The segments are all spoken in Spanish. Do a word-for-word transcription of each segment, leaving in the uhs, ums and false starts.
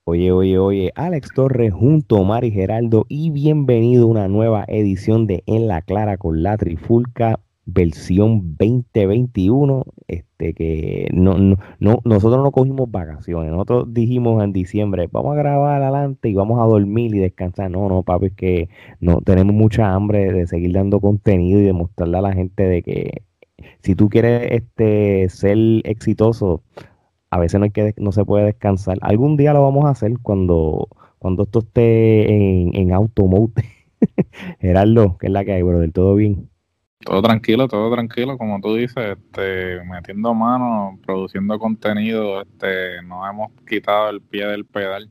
Oye, oye, oye, Alex Torres junto a Mari Geraldo y bienvenido a una nueva edición de En la Clara con la Trifulca, versión dos mil veintiuno. Este que no, no, no, nosotros no cogimos vacaciones, nosotros dijimos en diciembre, vamos a grabar adelante y vamos a dormir y descansar. No, no, papi, es que no tenemos mucha hambre de seguir dando contenido y demostrarle a la gente de que si tú quieres este, ser exitoso, a veces no hay que, no se puede descansar. Algún día lo vamos a hacer cuando, cuando esto esté en, en auto mode. Gerardo, ¿qué es la que hay, bro? ¿Del todo bien? Todo tranquilo, todo tranquilo, como tú dices, este, metiendo mano, produciendo contenido, este, nos hemos quitado el pie del pedal.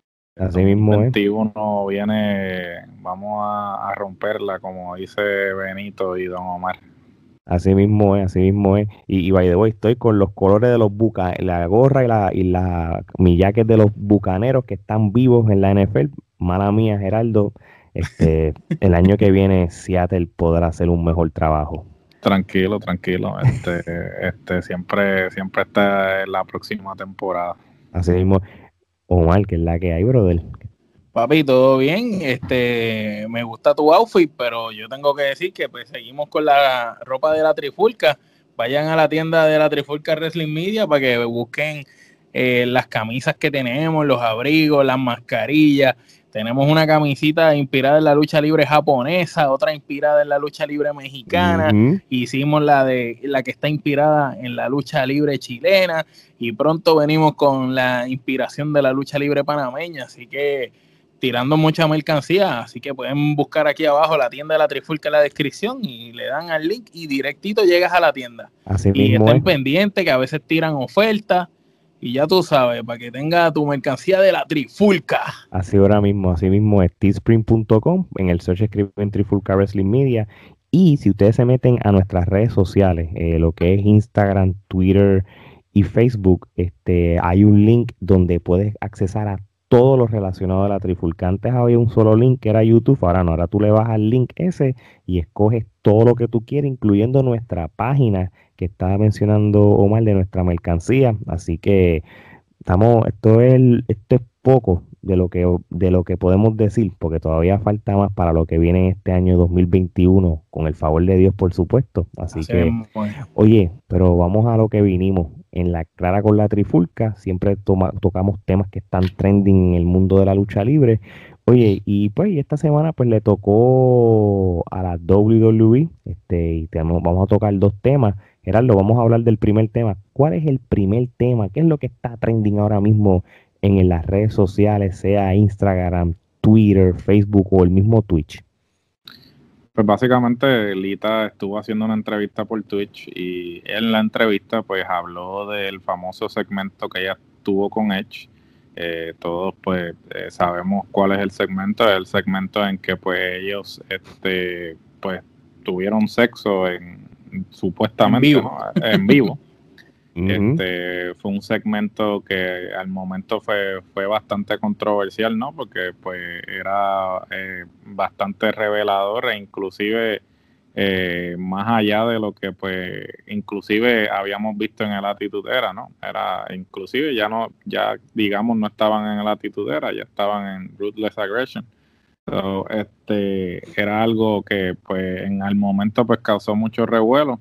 El Así mismo es. dos mil veintiuno viene, vamos a, a romperla, como dice Benito y Don Omar. Así mismo es, así mismo es. Y, y by the way, estoy con los colores de los bucaneros, la gorra y la, y la mi jacket de los bucaneros que están vivos en la N F L. Mala mía, Gerardo. Este, el año que viene Seattle podrá hacer un mejor trabajo. Tranquilo, tranquilo, este, este, siempre, siempre está en la próxima temporada. Así mismo, Omar, que es la que hay, brother. Papi, todo bien. Este, me gusta tu outfit, pero yo tengo que decir que pues seguimos con la ropa de la Trifulca. Vayan a la tienda de la Trifulca Wrestling Media para que busquen eh, las camisas que tenemos, los abrigos, las mascarillas. Tenemos una camisita inspirada en la lucha libre japonesa, otra inspirada en la lucha libre mexicana. Ujú. Hicimos la de la que está inspirada en la lucha libre chilena y pronto venimos con la inspiración de la lucha libre panameña. Así que tirando mucha mercancía, así que pueden buscar aquí abajo la tienda de la Trifulca en la descripción y le dan al link y directito llegas a la tienda. Así Y mismo estén es. pendientes que a veces tiran ofertas y ya tú sabes, para que tenga tu mercancía de la Trifulca. Así ahora mismo, así mismo es teespring punto com, en el search escriben Trifulca Wrestling Media. Y si ustedes se meten a nuestras redes sociales, eh, lo que es Instagram, Twitter y Facebook, este, hay un link donde puedes accesar a todo lo relacionado a la Trifulca. Antes había un solo link que era YouTube, ahora no, ahora tú le vas al link ese y escoges todo lo que tú quieres, incluyendo nuestra página que estaba mencionando Omar de nuestra mercancía. Así que estamos, esto es, el- esto es poco de lo que, de lo que podemos decir, porque todavía falta más para lo que viene en este año dos mil veintiuno, con el favor de Dios, por supuesto. Así Así que, mismo es. oye, pero vamos a lo que vinimos. En la Clara con la Trifulca, siempre toma- tocamos temas que están trending en el mundo de la lucha libre. Oye, y pues y esta semana pues le tocó a la W W E, este, y tenemos, vamos a tocar dos temas. Gerardo, vamos a hablar del primer tema. ¿Cuál es el primer tema? ¿Qué es lo que está trending ahora mismo en las redes sociales, sea Instagram, Twitter, Facebook o el mismo Twitch? Pues básicamente Lita estuvo haciendo una entrevista por Twitch y en la entrevista pues habló del famoso segmento que ella tuvo con Edge. Eh, todos pues eh, sabemos cuál es el segmento, es el segmento en que pues ellos este pues tuvieron sexo en supuestamente, En vivo. ¿no? En vivo. Ujú. Este fue un segmento que al momento fue, fue bastante controversial, ¿no? Porque pues era eh, bastante revelador e inclusive eh, más allá de lo que pues inclusive habíamos visto en el Attitude Era, ¿no? Era inclusive ya no, ya digamos no estaban en el Attitude Era, ya estaban en Ruthless Aggression. So, este era algo que pues en el momento pues causó mucho revuelo.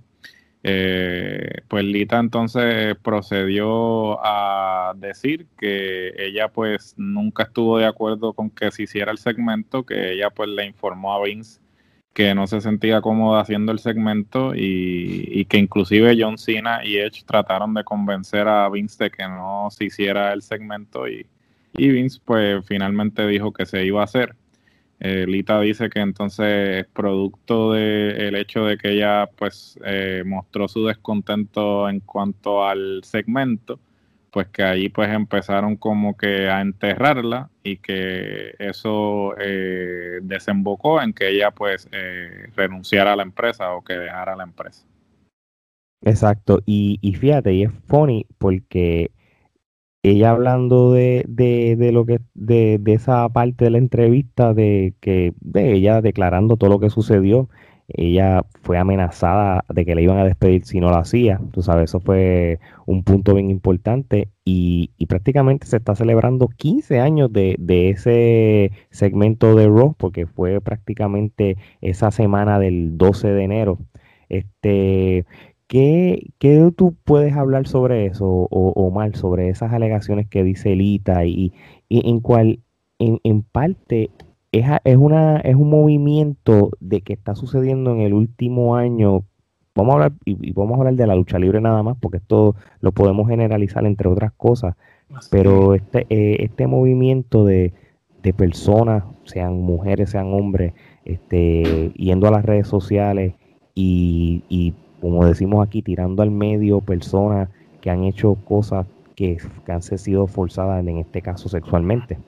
Eh, pues Lita entonces procedió a decir que ella pues nunca estuvo de acuerdo con que se hiciera el segmento, que ella pues le informó a Vince que no se sentía cómoda haciendo el segmento y, y que inclusive John Cena y Edge trataron de convencer a Vince de que no se hiciera el segmento y, y Vince pues finalmente dijo que se iba a hacer. Eh, Lita dice que entonces, producto del hecho de que ella pues eh, mostró su descontento en cuanto al segmento, pues que ahí pues empezaron como que a enterrarla y que eso eh, desembocó en que ella pues eh, renunciara a la empresa o que dejara la empresa. Exacto, y, y fíjate, y es funny porque ella hablando de, de, de lo que, de, de esa parte de la entrevista de que, de ella declarando todo lo que sucedió, ella fue amenazada de que le iban a despedir si no lo hacía. Tú sabes, eso fue un punto bien importante y, y prácticamente se está celebrando quince años de, de ese segmento de Raw, porque fue prácticamente esa semana del doce de enero. Este, ¿qué, qué tú puedes hablar sobre eso, o, o mal, sobre esas alegaciones que dice Lita y, y en cuál, en, en parte es, a- es una, es un movimiento de que está sucediendo en el último año? Vamos a hablar, y, y vamos a hablar de la lucha libre nada más, porque esto lo podemos generalizar entre otras cosas, Así. pero este, eh, este movimiento de, de personas, sean mujeres, sean hombres, este, yendo a las redes sociales y, y, como decimos aquí, tirando al medio personas que han hecho cosas que, que han sido forzadas, en este caso sexualmente.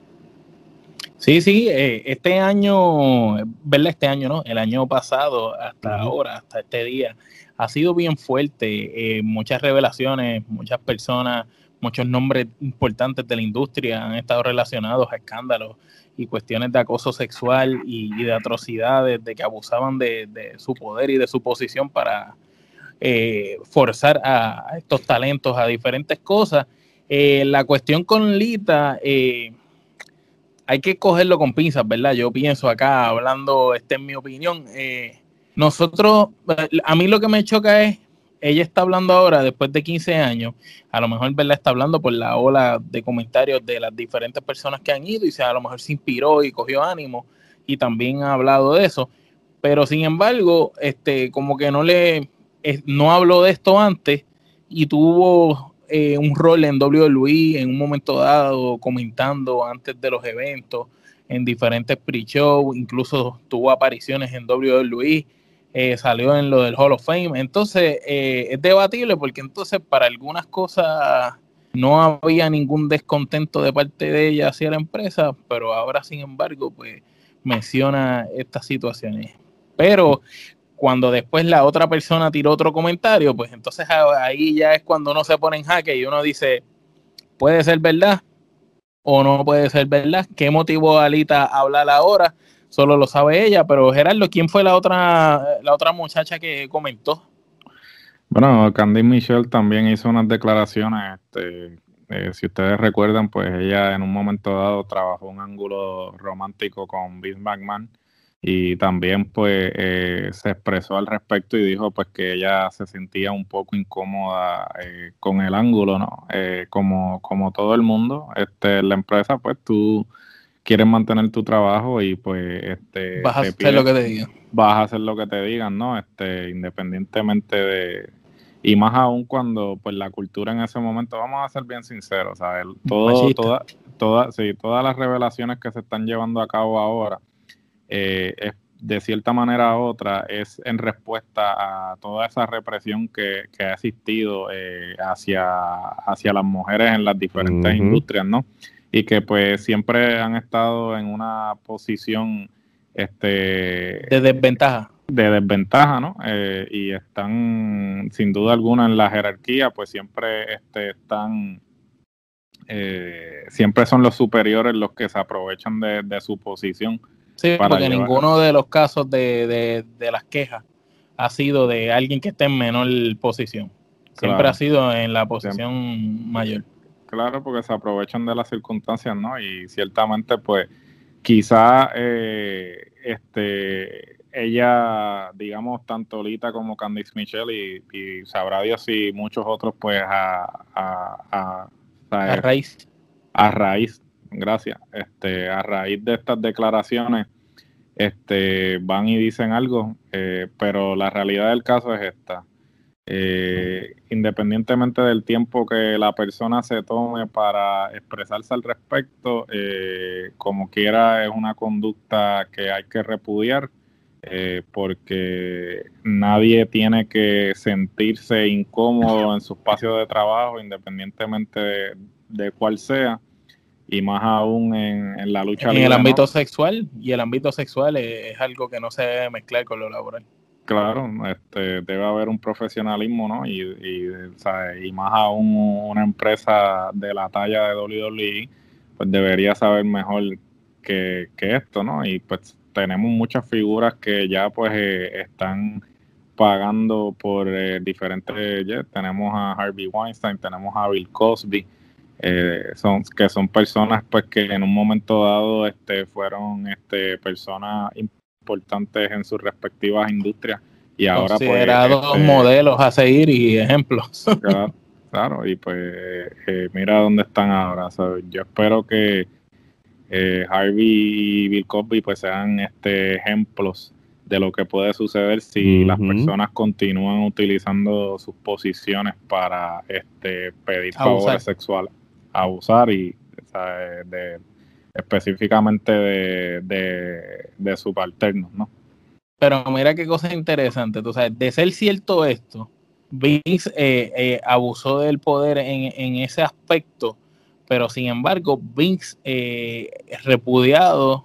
Sí, sí, eh, este año, ¿verdad? Este año, ¿no? El año pasado hasta Ujú. ahora, hasta este día, ha sido bien fuerte. Eh, muchas revelaciones, muchas personas, muchos nombres importantes de la industria han estado relacionados a escándalos y cuestiones de acoso sexual y, y de atrocidades, de que abusaban de, de su poder y de su posición para eh, forzar a, a estos talentos a diferentes cosas. Eh, la cuestión con Lita... Eh, hay que cogerlo con pinzas, ¿verdad? Yo pienso acá, hablando, esta es mi opinión. Eh, nosotros, a mí lo que me choca es, ella está hablando ahora, después de quince años, a lo mejor, ¿verdad? Está hablando por la ola de comentarios de las diferentes personas que han ido y se, a lo mejor se inspiró y cogió ánimo y también ha hablado de eso. Pero sin embargo, este, como que no le, eh, no habló de esto antes y tuvo eh, un rol en doble u doble u E en un momento dado, comentando antes de los eventos, en diferentes pre-shows, incluso tuvo apariciones en doble u doble u E, eh, salió en lo del Hall of Fame. Entonces, eh, es debatible porque entonces para algunas cosas no había ningún descontento de parte de ella hacia la empresa, pero ahora, sin embargo, pues menciona estas situaciones. Pero cuando después la otra persona tiró otro comentario, pues entonces ahí ya es cuando uno se pone en jaque y uno dice, puede ser verdad o no puede ser verdad. ¿Qué motivó a Alita a hablar ahora? Solo lo sabe ella, pero Gerardo, ¿quién fue la otra, la otra muchacha que comentó? Bueno, Candice Michelle también hizo unas declaraciones, este, eh, si ustedes recuerdan, pues ella en un momento dado trabajó un ángulo romántico con Vince McMahon y también pues eh, se expresó al respecto y dijo pues que ella se sentía un poco incómoda eh, con el ángulo, ¿no? Eh, como, como todo el mundo, este, la empresa pues tú quieres mantener tu trabajo y pues este, Vas a te hacer lo piden, que te diga. vas a hacer lo que te digan, ¿no? Este, independientemente de, y más aún cuando pues la cultura en ese momento, vamos a ser bien sinceros, ¿sabes? Todo, Machista. toda, toda, sí, todas las revelaciones que se están llevando a cabo ahora, eh, es, de cierta manera u otra, es en respuesta a toda esa represión que, que ha existido eh, hacia, hacia las mujeres en las diferentes Ujú. industrias, ¿no? Y que pues siempre han estado en una posición este, De desventaja. de desventaja, ¿no? Eh, y están, sin duda alguna, en la jerarquía, pues siempre este, están, eh, siempre son los superiores los que se aprovechan de, de su posición Sí, para porque llevar. ninguno de los casos de, de, de las quejas ha sido de alguien que esté en menor posición. Siempre ha Claro, sido en la siempre, posición mayor. claro, porque se aprovechan de las circunstancias, ¿no? Y ciertamente, pues, quizá eh, este, ella, digamos, tanto Lita como Candice Michelle y, y sabrá Dios si muchos otros, pues, a, a, a, A a, raíz. a raíz, gracias, este, a raíz de estas declaraciones, este, van y dicen algo, eh, pero la realidad del caso es esta. Eh, independientemente del tiempo que la persona se tome para expresarse al respecto, eh, como quiera es una conducta que hay que repudiar, eh, porque nadie tiene que sentirse incómodo en su espacio de trabajo, independientemente de, de cuál sea, y más aún en, en la lucha En el libre, ¿no? ámbito sexual, y el ámbito sexual es, es algo que no se debe mezclar con lo laboral. Claro, este, debe haber un profesionalismo, ¿no? Y, y, o sea, y más aún una empresa de la talla de doble u doble u E, pues debería saber mejor que, que esto, ¿no? Y pues tenemos muchas figuras que ya pues eh, están pagando por eh, diferentes, yeah, tenemos a Harvey Weinstein, tenemos a Bill Cosby, eh, son, que son personas pues que en un momento dado este, fueron este, personas importantes en sus respectivas industrias y ahora considerados pues, este, modelos a seguir y ejemplos. Claro, claro, y pues eh, mira dónde están ahora, ¿sabes? Yo espero que eh, Harvey y Bill Cosby pues sean este ejemplos de lo que puede suceder si uh-huh. las personas continúan utilizando sus posiciones para este pedir abusar. favores sexuales, abusar y ¿sabes? De, específicamente de, de, de subalternos, ¿no? Pero mira qué cosa interesante, tú sabes, de ser cierto esto, Vince eh, eh, abusó del poder en, en ese aspecto, pero sin embargo Vince eh, repudiado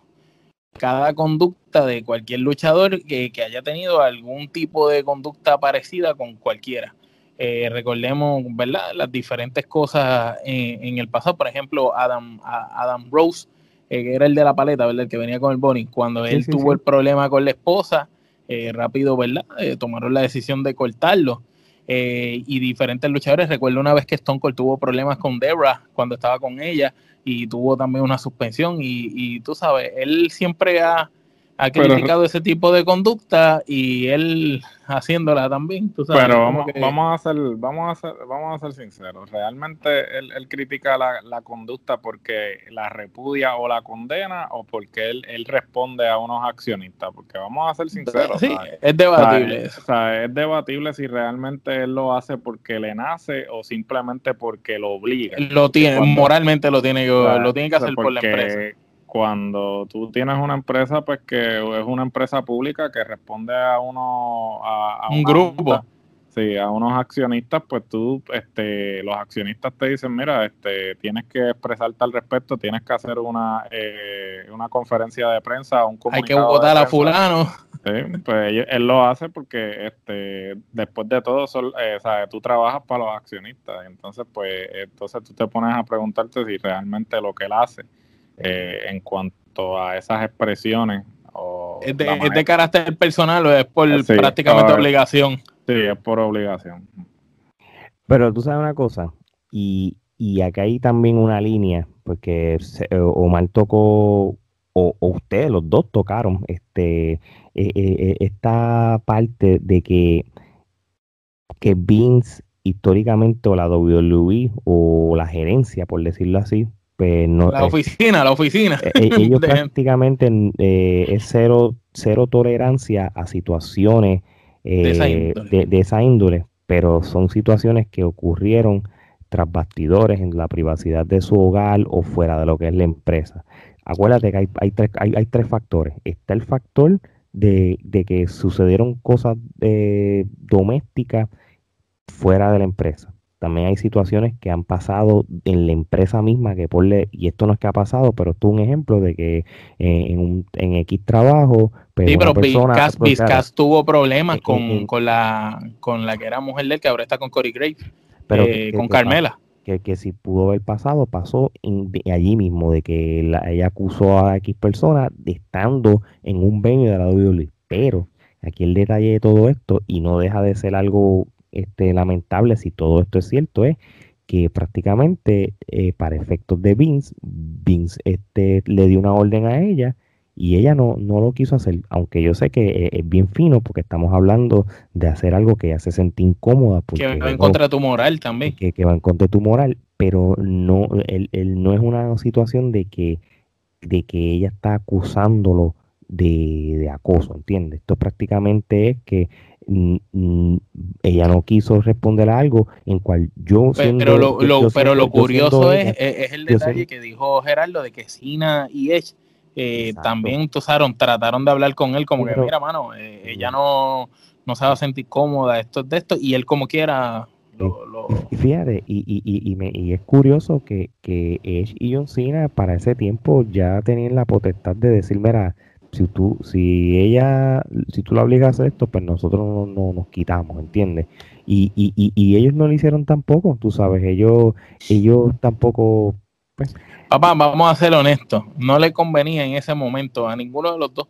cada conducta de cualquier luchador que, que haya tenido algún tipo de conducta parecida con cualquiera. Eh, recordemos, ¿verdad?, las diferentes cosas en, en el pasado. Por ejemplo, Adam, Adam Rose, eh, que era el de la paleta, ¿verdad?, el que venía con el Bunny. Cuando sí, él sí, tuvo sí. el problema con la esposa, eh, rápido, ¿verdad?, eh, tomaron la decisión de cortarlo. Eh, y diferentes luchadores. Recuerdo una vez que Stone Cold tuvo problemas con Debra cuando estaba con ella y tuvo también una suspensión y, y tú sabes, él siempre ha, ha criticado pero, ese tipo de conducta y él haciéndola también, tú sabes. Pero vamos, que... vamos a ser, vamos a ser, vamos a ser sinceros, realmente él, él critica la, la conducta porque la repudia o la condena o porque él, él responde a unos accionistas, porque vamos a ser sinceros. Sí, ¿sabes? Es debatible. O sea, o sea, es debatible si realmente él lo hace porque le nace o simplemente porque lo obliga. Lo tiene, cuando, moralmente lo tiene que, o sea, lo tiene que hacer por la empresa. Cuando tú tienes una empresa, pues que es una empresa pública que responde a uno a, a un grupo, junta, sí, a unos accionistas, pues tú, este, los accionistas te dicen, mira, este, tienes que expresarte al respecto, tienes que hacer una, eh, una conferencia de prensa, un comunicado. Hay que votar a fulano. Sí, pues él, él lo hace porque, este, después de todo, son, eh, ¿sabes? Tú trabajas para los accionistas, entonces, pues, entonces tú te pones a preguntarte si realmente lo que él hace Eh, en cuanto a esas expresiones o ¿Es de, ¿Es de carácter personal o es por sí, prácticamente por, obligación? Sí, es por obligación. Pero tú sabes una cosa, y, y acá hay también una línea, porque se, Omar tocó, o, o ustedes los dos tocaron este eh, eh, esta parte de que, que Vince históricamente o la W W E o la gerencia, por decirlo así, pues no, la oficina, eh, la oficina. Eh, ellos de... prácticamente eh, es cero, cero tolerancia a situaciones eh, de, esa de, de esa índole, pero son situaciones que ocurrieron tras bastidores en la privacidad de su hogar o fuera de lo que es la empresa. Acuérdate que hay, hay, tres, hay, hay tres factores. Está el factor de, de que sucedieron cosas eh, domésticas fuera de la empresa. También hay situaciones que han pasado en la empresa misma, que por le, y esto no es que ha pasado, pero esto es un ejemplo de que eh, en, un, en X trabajo, pues sí, pero Vizcas pues, claro, tuvo problemas Eh, con, en, con, la, con la que era mujer de él, que ahora está con Corey Graves, pero eh, que, que, con que Carmela. Que, que si pudo haber pasado, pasó en, de, allí mismo, de que la, ella acusó a X persona de estando en un venue de la W W E. Pero aquí el detalle de todo esto, y no deja de ser algo Este, lamentable si todo esto es cierto, es que prácticamente eh, para efectos de Vince, Vince este, le dio una orden a ella y ella no, no lo quiso hacer, aunque yo sé que eh, es bien fino porque estamos hablando de hacer algo que ella se siente incómoda. Porque, que va en contra de tu moral también. Que, que va en contra de tu moral, pero no, él, él no es una situación de que, de que ella está acusándolo de, de acoso, ¿entiendes? Esto prácticamente es que mm, mm, ella no quiso responder a algo en cual yo siendo, pero lo, yo, lo, yo pero siendo, lo curioso es, ella, es el detalle que dijo Gerardo de que Cena y Edge eh, también usaron, trataron de hablar con él como sí, que pero, mira mano, eh, sí. ella no, no se va a sentir cómoda esto de esto y él como quiera lo, lo... Y fíjate, y, y, y, y, me, y es curioso que, que Edge y John Cena para ese tiempo ya tenían la potestad de decir, mira, si tú, si ella, si tú la obligas a hacer esto, pues nosotros no, no nos quitamos, ¿entiendes? Y, y, y, y ellos no lo hicieron tampoco, tú sabes, ellos, ellos tampoco, pues. Papá, vamos a ser honestos, no le convenía en ese momento a ninguno de los dos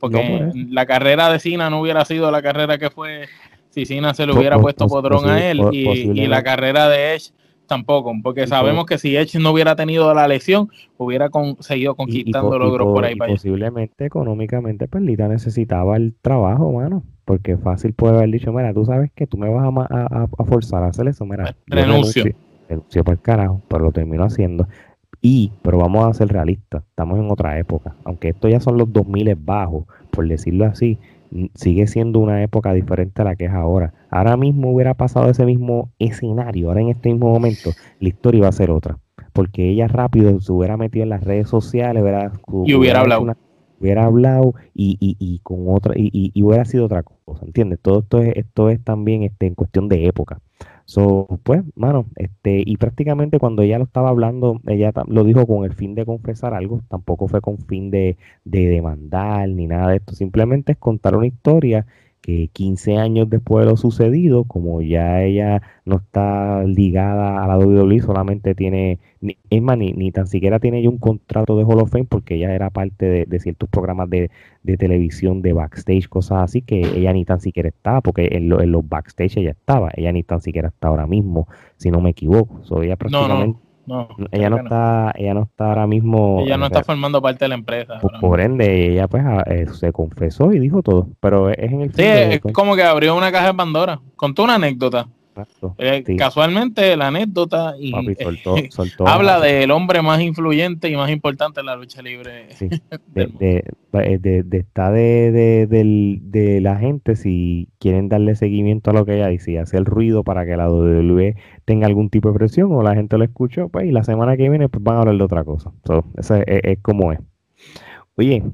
porque No por eso. la carrera de Cena no hubiera sido la carrera que fue si Cena se le Po- hubiera po- puesto pos- potrón posi- a él, po- y, y la posiblemente. carrera de Edge tampoco, porque Y, sabemos po- que si Edge no hubiera tenido la lesión, hubiera con- seguido y, y, conquistando po- y, logros por po- ahí y para allá. posiblemente económicamente pues Lita necesitaba el trabajo, mano. Porque fácil puede haber dicho, mira, tú sabes que tú me vas a, ma- a, a- a forzar a hacer eso, mira, yo Renuncio. renuncio, renuncio para el carajo, pero lo termino haciendo. Y, pero vamos a ser realistas, estamos en otra época. Aunque esto ya son los dos mil bajos, por decirlo así, n- sigue siendo una época diferente a la que es ahora. Ahora mismo hubiera pasado ese mismo escenario, ahora en este mismo momento, la historia iba a ser otra. Porque ella rápido se hubiera metido en las redes sociales, hubiera, Y hubiera hecho hablado. una- hubiera hablado y, y, y con otra, y, y- y hubiera sido otra cosa, ¿entiendes? Todo esto es, esto es también este, en cuestión de época. So, pues, mano, este, y prácticamente cuando ella lo estaba hablando, ella ta- lo dijo con el fin de confesar algo, tampoco fue con fin de, de demandar ni nada de esto, simplemente es contar una historia que quince años después de lo sucedido, como ya ella no está ligada a la W W E, solamente tiene, ni, es más, ni, ni tan siquiera tiene ya un contrato de Hall of Fame porque ella era parte de, de ciertos programas de, de televisión, de backstage, cosas así, que ella ni tan siquiera estaba, porque en, lo- en los backstage ella estaba, ella ni tan siquiera está ahora mismo, si no me equivoco. So, ella No, no, prácticamente, no, ella creo no que no. está, ella no está ahora mismo, Ella no eh, está formando parte de la empresa por, ahora por mismo. ende, ella pues a- eh, se confesó y dijo todo, pero es en el Sí, fin de, es pues, como que abrió una caja de Pandora. Contó una anécdota. exacto, Eh, sí, casualmente la anécdota y papi, soltó, soltó habla a- del hombre más influyente y más importante en la lucha libre sí, de, del mundo. de, de, de, de- está de, de, del- de la gente si quieren darle seguimiento a lo que ella dice y hacer ruido para que la W W E tenga algún tipo de presión o la gente lo escuchó, pues y la semana que viene pues van a hablar de otra cosa. So, eso es, es- es como es. Oye,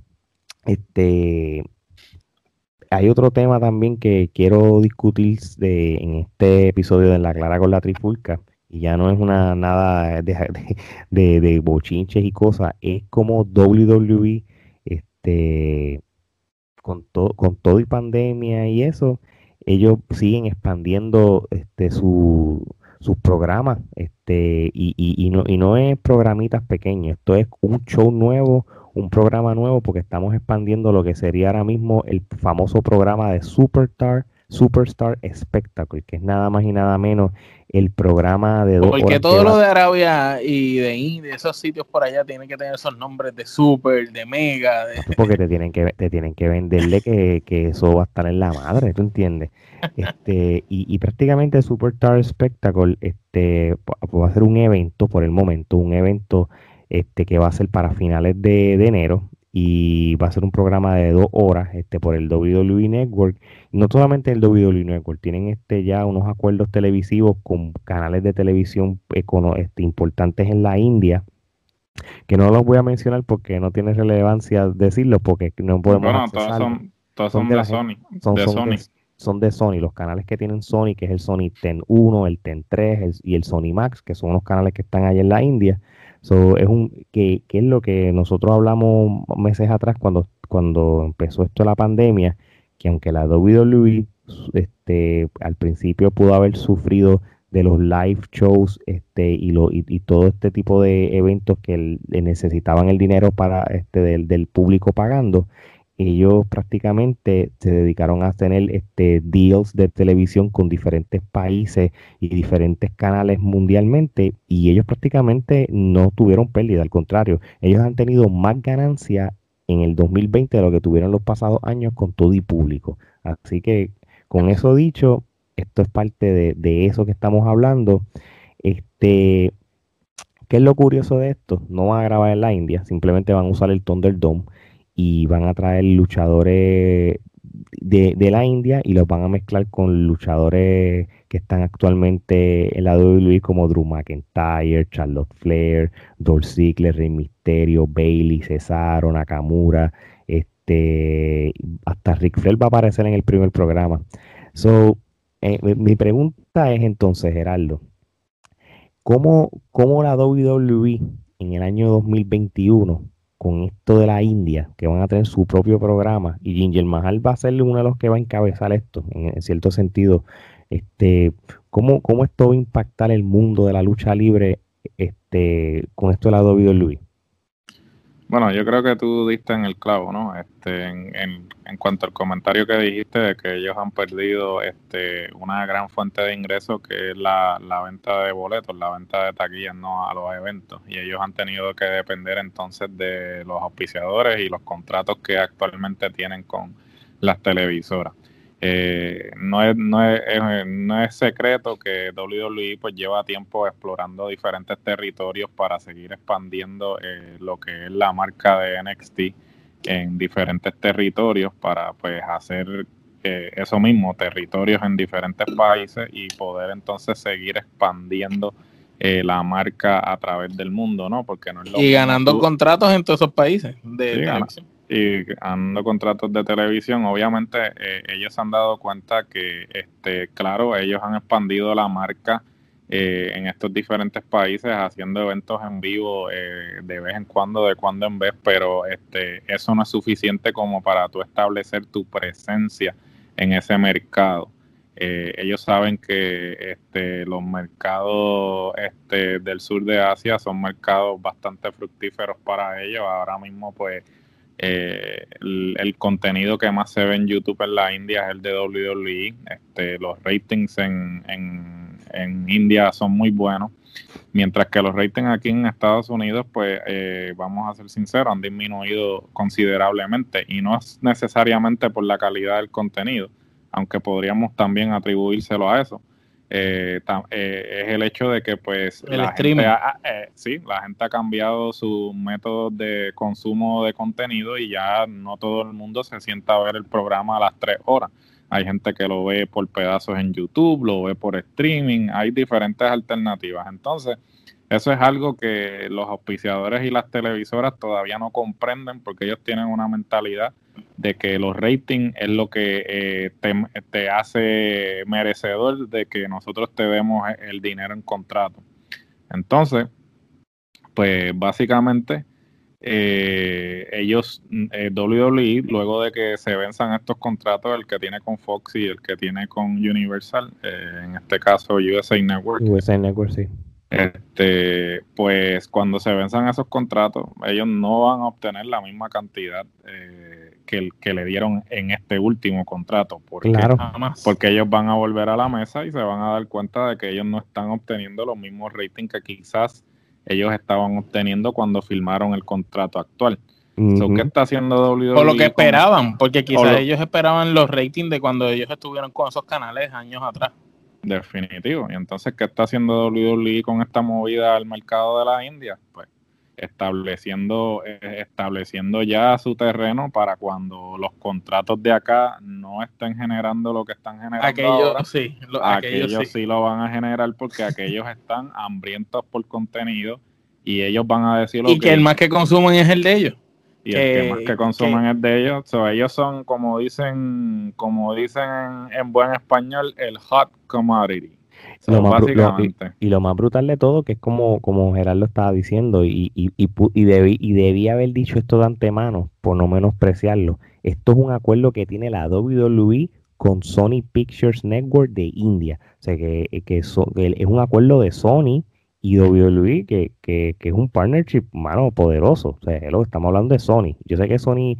este, hay otro tema también que quiero discutir de, en este episodio de La Clara con la Trifulca, y ya no es una nada de, de, de- de bochinches y cosas, es como W W E, este, con, to- con todo y pandemia y eso, ellos siguen expandiendo este, su, sus programas, este, y, y, y no, y no es programitas pequeños, esto es un show nuevo, un programa nuevo, porque estamos expandiendo lo que sería ahora mismo el famoso programa de Superstar, Superstar Spectacle, que es nada más y nada menos el programa de dos Porque horas que todo va. lo de Arabia y de India, esos sitios por allá, tienen que tener esos nombres de super, de mega, de... Papi, porque te tienen que, te tienen que venderle que, que eso va a estar en la madre, ¿tú entiendes? Este, y, y prácticamente Superstar Spectacle este, pa- va a ser un evento por el momento, un evento este, que va a ser para finales de, de enero y va a ser un programa de dos horas este, por el W W E Network. No solamente el W W E Network, tienen este, ya unos acuerdos televisivos con canales de televisión econo- este, importantes en la India que no los voy a mencionar porque no tiene relevancia decirlo, porque no podemos Bueno, todas accesarlos. son, todas Son son de de la gente, Sony. son, De son Sony. de, son de Sony, los canales que tienen Sony, que es el Sony Ten uno, el Ten tres el- y el Sony Max, que son unos canales que están allá en la India. So, es un, que, que es lo que nosotros hablamos meses atrás cuando, cuando empezó esto de la pandemia, que aunque la W W E este, al principio pudo haber sufrido de los live shows este, y, lo, y, y todo este tipo de eventos que el- le necesitaban el dinero para este, del, del público pagando, ellos prácticamente se dedicaron a tener este, deals de televisión con diferentes países y diferentes canales mundialmente, y ellos prácticamente no tuvieron pérdida, al contrario, ellos han tenido más ganancia en el dos mil veinte de lo que tuvieron los pasados años con todo y público. Así que con eso dicho, esto es parte de, de eso que estamos hablando. Este, ¿qué es lo curioso de esto? No van a grabar en la India, simplemente van a usar el Thunderdome y van a traer luchadores de, de la India y los van a mezclar con luchadores que están actualmente en la W W E como Drew McIntyre, Charlotte Flair, Dolph Ziggler, Rey Mysterio, Bayley, Cesaro, Nakamura, este, hasta Ric Flair va a aparecer en el primer programa. So, eh, mi, mi pregunta es entonces, Gerardo, ¿cómo, cómo la W W E en el año dos mil veintiuno, con esto de la India, que van a tener su propio programa, y Jinder Mahal va a ser uno de los que va a encabezar esto, en, en cierto sentido, este, ¿cómo, cómo esto va a impactar el mundo de la lucha libre este, con esto de la W W E? Bueno, yo creo que tú diste en el clavo, ¿no? Este, en, en, en cuanto al comentario que dijiste de que ellos han perdido este, una gran fuente de ingresos que es la, la venta de boletos, la venta de taquillas, ¿no? A los eventos. Y ellos han tenido que depender entonces de los auspiciadores y los contratos que actualmente tienen con las televisoras. Eh, no es, no es, es, no es secreto que W W E pues lleva tiempo explorando diferentes territorios para seguir expandiendo eh, lo que es la marca de N X T en diferentes territorios para pues hacer eh, eso mismo, territorios en diferentes países y poder entonces seguir expandiendo eh, la marca a través del mundo, ¿no? Porque no es lo y ganando tú, contratos en todos esos países de sí, televisión. Y ganando contratos de televisión, obviamente eh, ellos han dado cuenta que, este, claro, ellos han expandido la marca eh, en estos diferentes países haciendo eventos en vivo eh, de vez en cuando, de cuando en vez, pero este, eso no es suficiente como para tú establecer tu presencia en ese mercado. Eh, ellos saben que este, los mercados este, del sur de Asia son mercados bastante fructíferos para ellos. Ahora mismo, pues, Eh, el, el contenido que más se ve en YouTube en la India es el de W W E. Este, los ratings en, en, en India son muy buenos, mientras que los ratings aquí en Estados Unidos, pues eh, vamos a ser sinceros, han disminuido considerablemente, y no es necesariamente por la calidad del contenido, aunque podríamos también atribuírselo a eso. Eh, tam, eh, es el hecho de que pues el la gente ha, eh, sí, la gente ha cambiado sus métodos de consumo de contenido y ya no todo el mundo se sienta a ver el programa a las tres horas. Hay gente que lo ve por pedazos en YouTube, lo ve por streaming, hay diferentes alternativas. Entonces, eso es algo que los auspiciadores y las televisoras todavía no comprenden, porque ellos tienen una mentalidad de que los ratings es lo que eh, te, te hace merecedor de que nosotros te demos el dinero en contrato. Entonces, pues básicamente eh, ellos, eh, W W E, luego de que se venzan estos contratos, el que tiene con Fox y el que tiene con Universal, eh, en este caso U S A Network, U S A Network, sí. Este, pues cuando se venzan esos contratos, ellos no van a obtener la misma cantidad eh, que, el, que le dieron en este último contrato, porque, claro. porque ellos van a volver a la mesa y se van a dar cuenta de que ellos no están obteniendo los mismos ratings que quizás ellos estaban obteniendo cuando firmaron el contrato actual. Uh-huh. So, ¿qué está haciendo W W E? O lo que esperaban, porque quizás lo, ellos esperaban los ratings de cuando ellos estuvieron con esos canales años atrás. Definitivo. Y entonces, ¿qué está haciendo W W E con esta movida al mercado de la India? Pues estableciendo eh, estableciendo ya su terreno para cuando los contratos de acá no estén generando lo que están generando aquellos, ahora. Sí, lo, aquellos, aquellos sí. sí lo van a generar, porque aquellos están hambrientos por contenido y ellos van a decir lo y que, que el más que consumen es el de ellos. Y que, el que más que consumen que, es de ellos. So, ellos son, como dicen, como dicen en, en buen español, el hot commodity. So, lo más básicamente. Lo, y, y lo más brutal de todo, que es como, como Gerardo estaba diciendo, y, y, y, y, debí, y debía haber dicho esto de antemano, por no menospreciarlo. Esto es un acuerdo que tiene la W W E con Sony Pictures Network de India. O sea, que, que, so, que es un acuerdo de Sony y W W E, que, que, que es un partnership, mano, poderoso. O sea, lo estamos hablando de Sony. Yo sé que Sony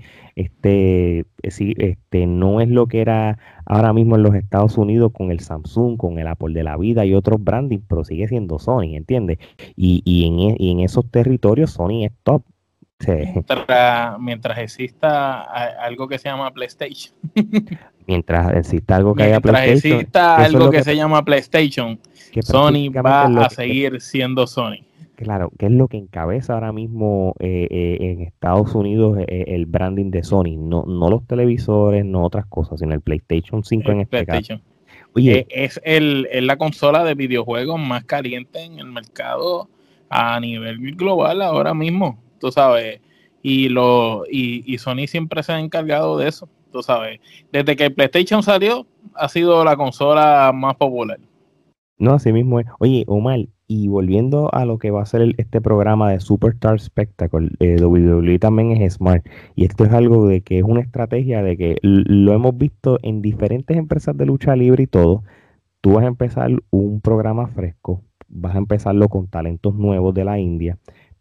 este, sí, este, no es lo que era ahora mismo en los Estados Unidos con el Samsung, con el Apple de la vida y otros branding, pero sigue siendo Sony, ¿entiendes? Y, y, en, y en esos territorios Sony es top. Sí. Mientras, mientras exista algo que se llama PlayStation. Mientras exista algo que mientras haya PlayStation. exista algo es que, que se llama PlayStation, Sony va a seguir que, siendo Sony. Claro, que es lo que encabeza ahora mismo eh, eh, en Estados Unidos eh, el branding de Sony. No, no los televisores, no otras cosas, sino el PlayStation cinco el en este PlayStation. caso. Oye, es, el, es la consola de videojuegos más caliente en el mercado a nivel global ahora mismo, tú sabes. Y, lo, y, y Sony siempre se ha encargado de eso, tú sabes. Desde que el PlayStation salió, ha sido la consola más popular. No, así mismo es. Oye, Omar, y volviendo a lo que va a ser el, este programa de Superstar Spectacle, eh, W W E también es smart. Y esto es algo de que es una estrategia de que lo hemos visto en diferentes empresas de lucha libre y todo. Tú vas a empezar un programa fresco, vas a empezarlo con talentos nuevos de la India,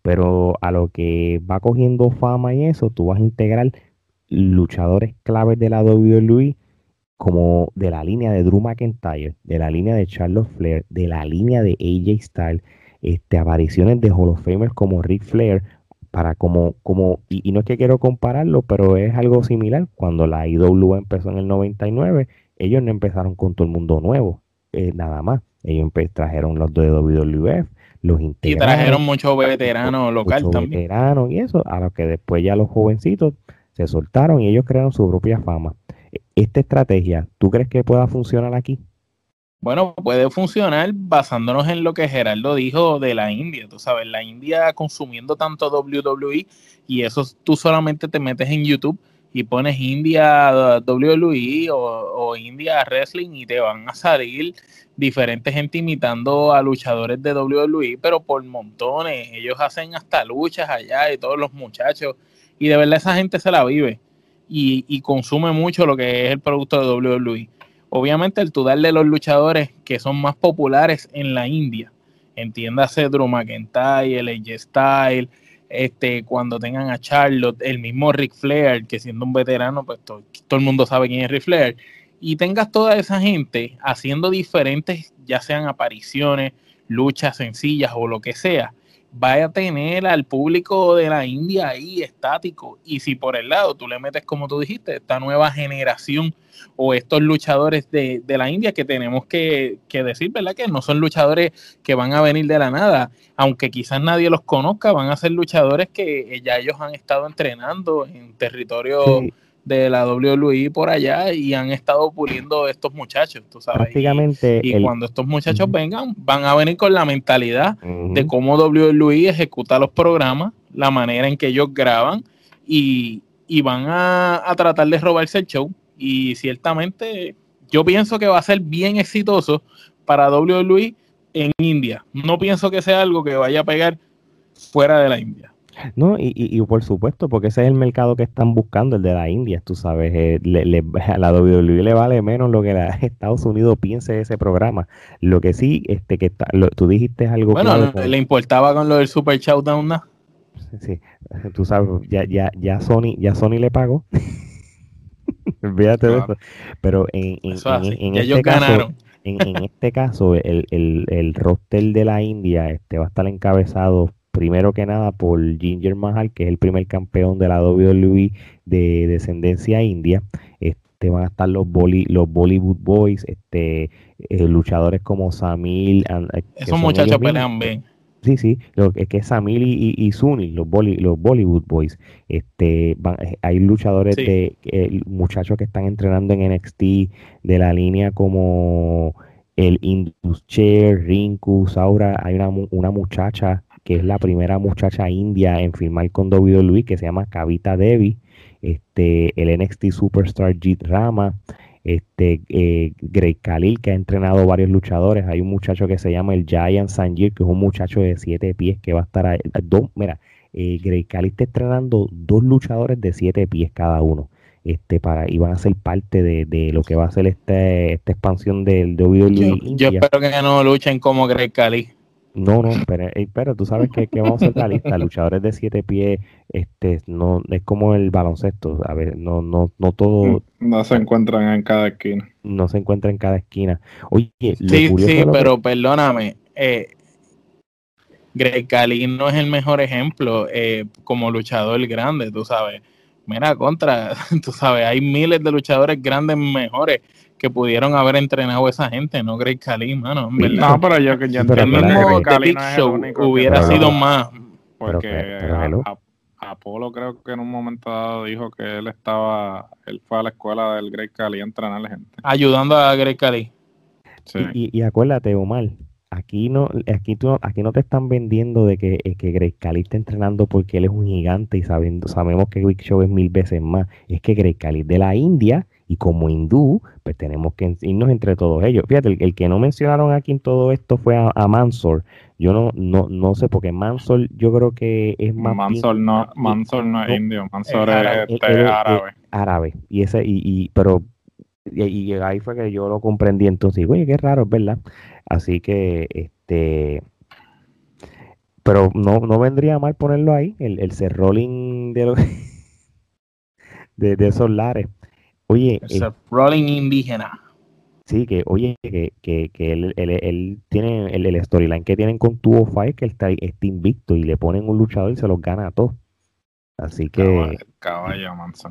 pero a lo que va cogiendo fama y eso, tú vas a integrar luchadores claves de la W W E como de la línea de Drew McIntyre, de la línea de Charlotte Flair, de la línea de A J Styles, este, apariciones de Hall of Famers como Ric Flair, para como, como, y, y no es que quiero compararlo, pero es algo similar. Cuando la I W E empezó en el noventa y nueve, ellos no empezaron con todo el mundo nuevo, eh, nada más. Ellos trajeron los de W W F, los integraron. Y trajeron muchos veteranos local muchos también. veteranos y eso, a lo que después ya los jovencitos se soltaron y ellos crearon su propia fama. Esta estrategia, ¿tú crees que pueda funcionar aquí? Bueno, puede funcionar basándonos en lo que Gerardo dijo de la India. Tú sabes, la India consumiendo tanto W W E, y eso tú solamente te metes en YouTube y pones India W W E o, o India Wrestling y te van a salir diferentes gente imitando a luchadores de W W E, pero por montones. Ellos hacen hasta luchas allá y todos los muchachos, y de verdad esa gente se la vive y, y consume mucho lo que es el producto de W W E. Obviamente el tú darle los luchadores que son más populares en la India, entiéndase Drew McIntyre, el A J Styles, este, cuando tengan a Charlotte, el mismo Ric Flair, que siendo un veterano, pues todo, todo el mundo sabe quién es Ric Flair, y tengas toda esa gente haciendo diferentes, ya sean apariciones, luchas sencillas o lo que sea, vaya a tener al público de la India ahí estático. Y si por el lado tú le metes, como tú dijiste, esta nueva generación o estos luchadores de, de la India, que tenemos que, que decir, ¿verdad? Que no son luchadores que van a venir de la nada, aunque quizás nadie los conozca, van a ser luchadores que ya ellos han estado entrenando en territorio sí. de la W W E por allá y han estado puliendo estos muchachos, tú sabes. Prácticamente y, y el... cuando estos muchachos uh-huh. vengan, van a venir con la mentalidad uh-huh. de cómo W W E ejecuta los programas, la manera en que ellos graban y, y van a, a tratar de robarse el show. Y ciertamente yo pienso que va a ser bien exitoso para W W E en India. No pienso que sea algo que vaya a pegar fuera de la India. No, y, y, y por supuesto, porque ese es el mercado que están buscando, el de la India, tú sabes, eh, le, le, a la W W E le vale menos lo que la, Estados Unidos piense de ese programa. Lo que sí, este que está, lo, tú dijiste algo bueno, claro. No, Con... le importaba con lo del Super Showdown, ¿no? Sí, tú sabes, ya, ya, ya Sony, ya Sony le pagó. Olvídate claro. de eso. Pero en, en, eso en, en ya este ellos caso, ganaron. En, en este caso, el, el, el roster de la India este, va a estar encabezado primero que nada por Jinder Mahal, que es el primer campeón de la W W E de descendencia india. Este, van a estar los, boli, los Bollywood Boys, este, eh, luchadores como Samil. Eh, Esos muchachos pelean bien. Sí, sí, lo que es que Samil y, y, y Sunil, los, boli, los Bollywood Boys, este, van, hay luchadores sí. de eh, muchachos que están entrenando en N X T de la línea como el Indus Chair, Rinku, Saura. Hay una, una muchacha que es la primera muchacha india en firmar con W W E que se llama Kavita Devi, este, el N X T Superstar Jeet Rama. Este, eh, Great Khalil, que ha entrenado varios luchadores. Hay un muchacho que se llama el Giant Sanjir, que es un muchacho de siete pies que va a estar ahí. Dos, mira, eh, Great Khalil está entrenando dos luchadores de siete pies cada uno. Este, para, y van a ser parte de, de lo que va a ser este, esta expansión del W W E. Yo, yo espero que no luchen como Great Khalil. No, no, pero, pero tú sabes que, que vamos a ser realistas, luchadores de siete pies, este, no, es como el baloncesto, a ver, no, no, no todo. No se encuentran en cada esquina. No se encuentra en cada esquina. Oye, sí, sí, pero que... perdóname, eh, Great Khalil no es el mejor ejemplo eh, como luchador grande, tú sabes. Mira, contra, tú sabes, hay miles de luchadores grandes mejores que pudieron haber entrenado a esa gente, no Great Khalil, mano. No, pero yo que ya entiendo. El mismo Khalil no es el único hubiera que... sido más. Porque pero, pero, a, a Apolo creo que en un momento dado dijo que él estaba, él fue a la escuela del Great Khalil a entrenar a la gente. Ayudando a Great Khalil. Sí. Y, y, y acuérdate, Omar, aquí no, aquí tú, aquí no te están vendiendo de que, que Great Khalil está entrenando porque él es un gigante y sabiendo, sabemos que Big Show es mil veces más. Es que Great Khalil de la India, y como hindú, pues tenemos que irnos entre todos ellos. Fíjate, el, el que no mencionaron aquí en todo esto fue a, a Mansoor. Yo no, no, no sé, porque Mansoor yo creo que es más... Mansoor no, Mansoor no es no, indio, Mansoor es, árabe. Es, este, es, árabe. Es árabe. Y ese, y, y pero y, y ahí fue que yo lo comprendí. Entonces, oye, qué raro, es verdad. Así que, este... pero no, no vendría mal ponerlo ahí, el, el Seth Rollins de, los, de, de esos lares. Oye, el Seth Rollins indígena. Sí, que oye, que, que, que él, él, él tiene el, el storyline que tienen con two oh five, que él está, está invicto y le ponen un luchador y se los gana a todos. Así que. Caballo, caballo manso.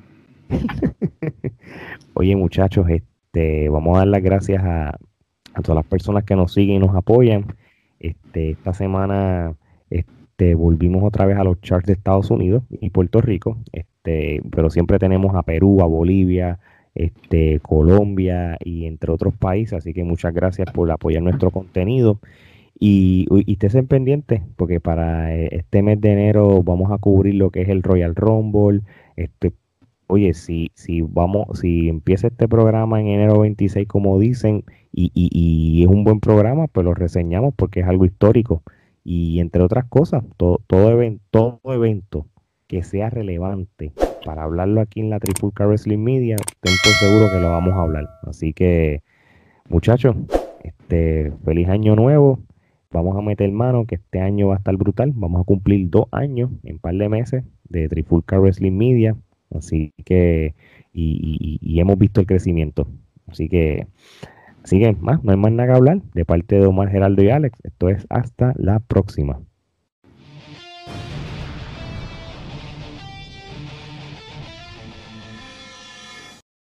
Oye, muchachos, este, vamos a dar las gracias a, a todas las personas que nos siguen y nos apoyan. Este, esta semana este, volvimos otra vez a los charts de Estados Unidos y Puerto Rico, este, pero siempre tenemos a Perú, a Bolivia, este, Colombia y entre otros países, así que muchas gracias por apoyar nuestro contenido y, y estén pendientes porque para este mes de enero vamos a cubrir lo que es el Royal Rumble. Este, oye, si, si vamos, si empieza este programa en enero veintiséis como dicen y, y, y es un buen programa, pues lo reseñamos porque es algo histórico y entre otras cosas, todo, todo, evento, todo evento que sea relevante para hablarlo aquí en la Trifulca Wrestling Media, estoy seguro que lo vamos a hablar. Así que, muchachos, este, feliz año nuevo. Vamos a meter mano que este año va a estar brutal. Vamos a cumplir dos años en un par de meses de Trifulca Wrestling Media. Así que, y, y, y hemos visto el crecimiento. Así que, así que más, no hay más nada que hablar. De parte de Omar, Geraldo y Alex, esto es hasta la próxima.